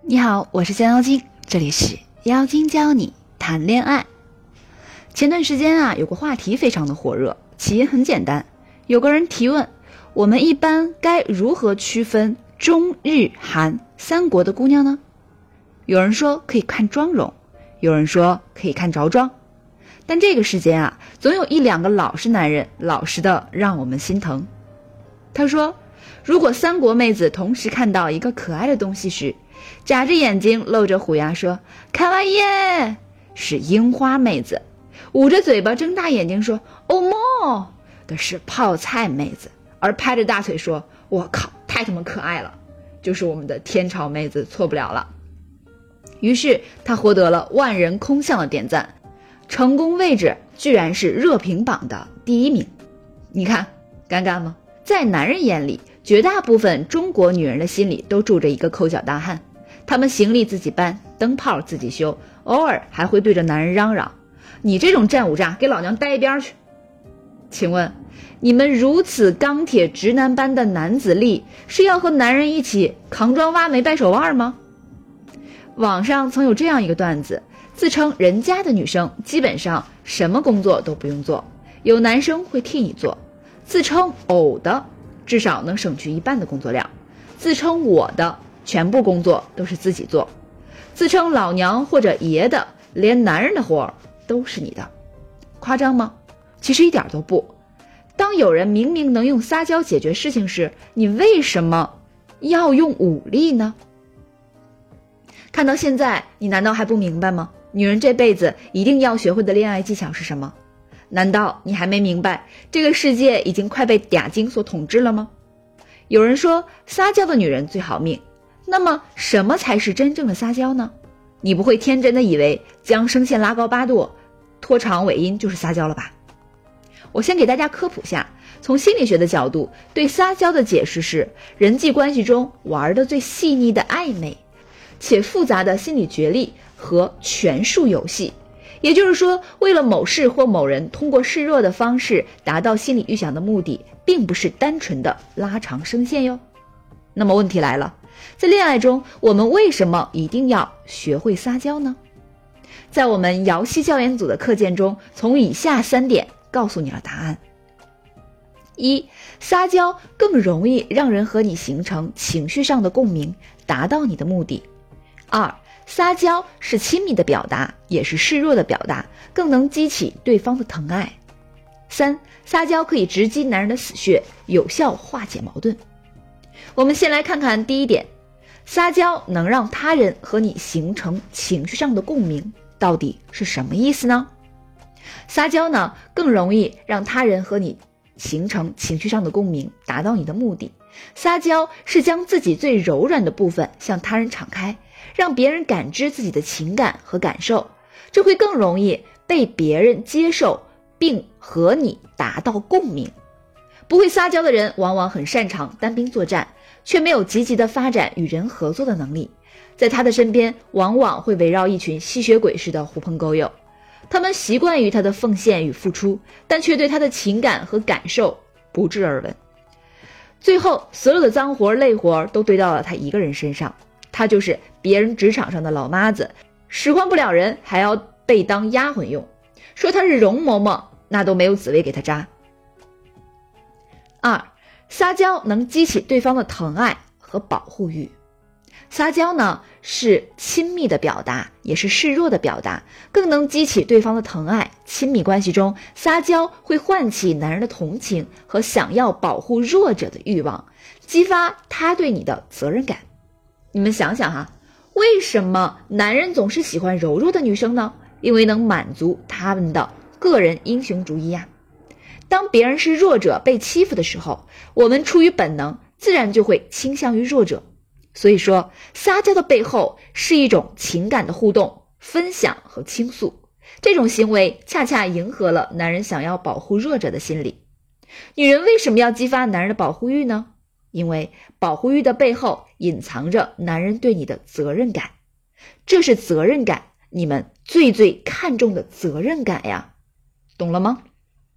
你好，我是江妖精，这里是妖精教你谈恋爱。前段时间有个话题非常的火热，起因很简单，有个人提问，我们一般该如何区分中日韩三国的姑娘呢？有人说可以看妆容，有人说可以看着装，但这个世间总有一两个老实男人，老实的让我们心疼。他说，如果三国妹子同时看到一个可爱的东西时，眨着眼睛露着虎牙说卡哇伊，是樱花妹子；捂着嘴巴睁大眼睛说哦莫的是泡菜妹子；而拍着大腿说我靠太他妈可爱了，就是我们的天朝妹子，错不了了。于是他获得了万人空巷的点赞，成功位置居然是热评榜的第1名。你看尴尬吗？在男人眼里，绝大部分中国女人的心里都住着一个抠脚大汉，他们行李自己搬，灯泡自己修，偶尔还会对着男人嚷嚷，你这种战五渣给老娘待一边去。请问你们如此钢铁直男般的男子力，是要和男人一起扛砖挖煤掰手腕吗？网上曾有这样一个段子，自称人家的女生基本上什么工作都不用做，有男生会替你做，自称偶的至少能省去一半的工作量，自称我的全部工作都是自己做，自称老娘或者爷的连男人的活都是你的。夸张吗？其实一点都不。当有人明明能用撒娇解决事情时，你为什么要用武力呢？看到现在，你难道还不明白吗？女人这辈子一定要学会的恋爱技巧是什么？难道你还没明白这个世界已经快被嗲精所统治了吗？有人说撒娇的女人最好命，那么什么才是真正的撒娇呢？你不会天真的以为将声线拉高8度，拖长尾音就是撒娇了吧？我先给大家科普下，从心理学的角度，对撒娇的解释是人际关系中玩的最细腻的暧昧且复杂的心理角力和权术游戏。也就是说，为了某事或某人通过示弱的方式达到心理预想的目的，并不是单纯的拉长声线哟。那么问题来了，在恋爱中，我们为什么一定要学会撒娇呢？在我们瑶溪教研组的课件中，从以下3点告诉你了答案。1. 撒娇更容易让人和你形成情绪上的共鸣，达到你的目的。2. 撒娇是亲密的表达，也是示弱的表达，更能激起对方的疼爱。3. 撒娇可以直击男人的死穴，有效化解矛盾。我们先来看看第1点，撒娇能让他人和你形成情绪上的共鸣，到底是什么意思呢？撒娇呢，更容易让他人和你形成情绪上的共鸣，达到你的目的。撒娇是将自己最柔软的部分向他人敞开，让别人感知自己的情感和感受，这会更容易被别人接受，并和你达到共鸣。不会撒娇的人往往很擅长单兵作战，却没有积极的发展与人合作的能力，在他的身边往往会围绕一群吸血鬼似的狐朋狗友，他们习惯于他的奉献与付出，但却对他的情感和感受不置耳闻。最后所有的脏活累活都堆到了他一个人身上，他就是别人职场上的老妈子，使唤不了人还要被当丫鬟用，说他是容嬷嬷那都没有紫薇给他扎。2. 撒娇能激起对方的疼爱和保护欲。撒娇呢，是亲密的表达，也是示弱的表达，更能激起对方的疼爱。亲密关系中，撒娇会唤起男人的同情和想要保护弱者的欲望，激发他对你的责任感。你们想想为什么男人总是喜欢柔弱的女生呢？因为能满足他们的个人英雄主义呀。当别人是弱者被欺负的时候，我们出于本能，自然就会倾向于弱者。所以说，撒娇的背后是一种情感的互动、分享和倾诉。这种行为恰恰迎合了男人想要保护弱者的心理。女人为什么要激发男人的保护欲呢？因为保护欲的背后隐藏着男人对你的责任感，这是责任感，你们最最看重的责任感呀，懂了吗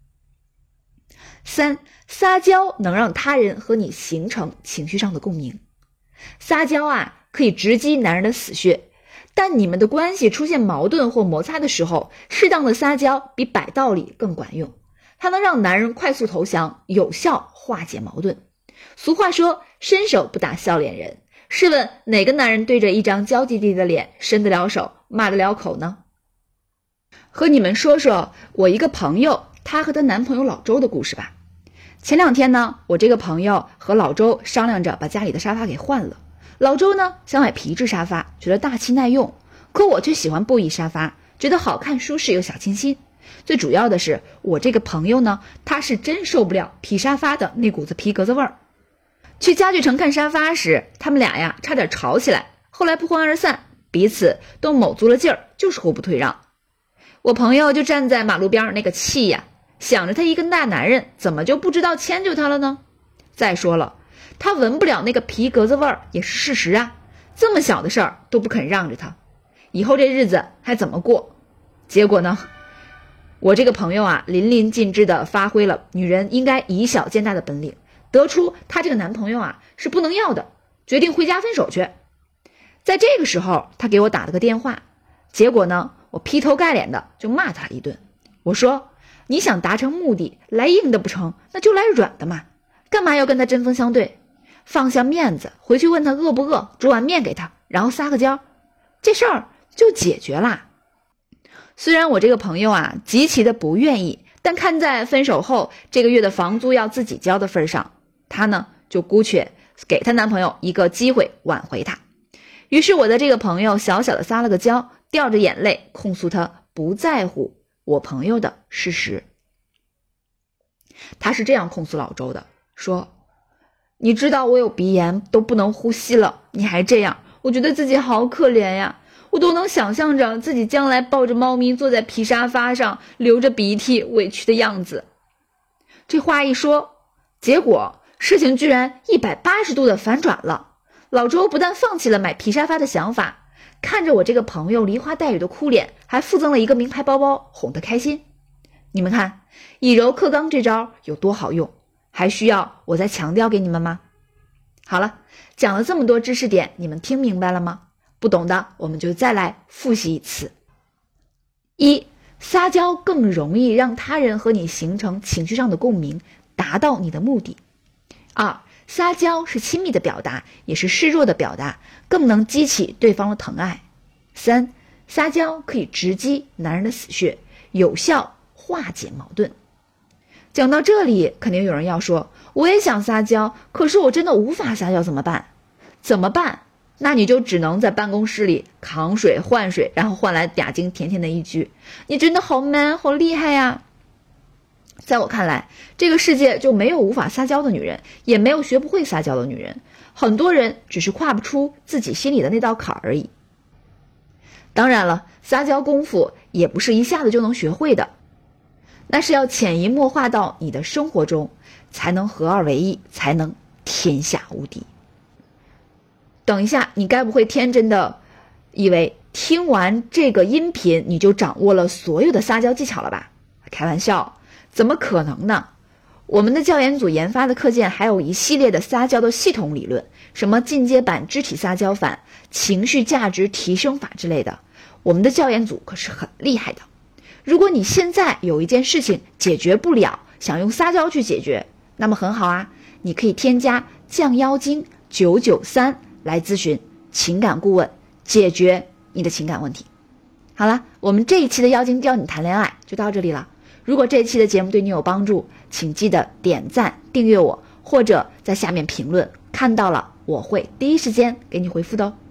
？3. 撒娇能让他人和你形成情绪上的共鸣。撒娇可以直击男人的死穴，但你们的关系出现矛盾或摩擦的时候，适当的撒娇比摆道理更管用，它能让男人快速投降，有效化解矛盾。俗话说，伸手不打笑脸人，试问哪个男人对着一张娇滴滴的脸伸得了手，骂得了口呢？和你们说说我一个朋友她和她男朋友老周的故事吧。前2天呢，我这个朋友和老周商量着把家里的沙发给换了。老周呢想买皮质沙发，觉得大气耐用，可我却喜欢布艺沙发，觉得好看舒适又小清新。最主要的是，我这个朋友呢，他是真受不了皮沙发的那股子皮革子味儿。去家具城看沙发时，他们俩呀差点吵起来，后来不欢而散，彼此都卯足了劲儿，就是互不退让。我朋友就站在马路边那个气呀，想着他一个大男人怎么就不知道迁就他了呢？再说了，他闻不了那个皮革子味儿也是事实啊，这么小的事儿都不肯让着他，以后这日子还怎么过？结果呢，我这个朋友啊淋漓尽致地发挥了女人应该以小见大的本领，得出她这个男朋友啊是不能要的，决定回家分手去。在这个时候，他给我打了个电话，结果呢，我劈头盖脸的就骂他一顿。我说，你想达成目的，来硬的不成，那就来软的嘛，干嘛要跟他针锋相对？放下面子，回去问他饿不饿，煮碗面给他，然后撒个娇，这事儿就解决啦。虽然我这个朋友啊极其的不愿意，但看在分手后这个月的房租要自己交的份上，她呢就姑且给她男朋友一个机会挽回他。于是我的这个朋友小小的撒了个娇，掉着眼泪控诉他不在乎我朋友的事实。他是这样控诉老周的，说，你知道我有鼻炎都不能呼吸了，你还这样，我觉得自己好可怜呀，我都能想象着自己将来抱着猫咪坐在皮沙发上，流着鼻涕委屈的样子。这话一说，结果事情居然180度的反转了。老周不但放弃了买皮沙发的想法，看着我这个朋友梨花带雨的哭脸，还附赠了一个名牌包包，哄得开心。你们看，以柔克刚这招有多好用，还需要我再强调给你们吗？好了，讲了这么多知识点，你们听明白了吗？不懂的我们就再来复习一次。1. 撒娇更容易让他人和你形成情绪上的共鸣，达到你的目的。2. 撒娇是亲密的表达，也是示弱的表达，更能激起对方的疼爱。3. 撒娇可以直击男人的死穴，有效化解矛盾。讲到这里，肯定有人要说，我也想撒娇，可是我真的无法撒娇，怎么办？怎么办？那你就只能在办公室里扛水换水，然后换来嗲精甜甜的一句，你真的好 man 好厉害呀。在我看来，这个世界就没有无法撒娇的女人，也没有学不会撒娇的女人，很多人只是跨不出自己心里的那道坎而已。当然了，撒娇功夫也不是一下子就能学会的，那是要潜移默化到你的生活中，才能合二为一，才能天下无敌。等一下，你该不会天真的以为听完这个音频你就掌握了所有的撒娇技巧了吧？开玩笑，怎么可能呢？我们的教研组研发的课件还有一系列的撒娇的系统理论，什么进阶版肢体撒娇法、情绪价值提升法之类的，我们的教研组可是很厉害的。如果你现在有一件事情解决不了，想用撒娇去解决，那么很好啊，你可以添加降妖精993来咨询情感顾问，解决你的情感问题。好了，我们这一期的妖精教你谈恋爱就到这里了。如果这一期的节目对你有帮助，请记得点赞订阅我，或者在下面评论，看到了我会第一时间给你回复的哦。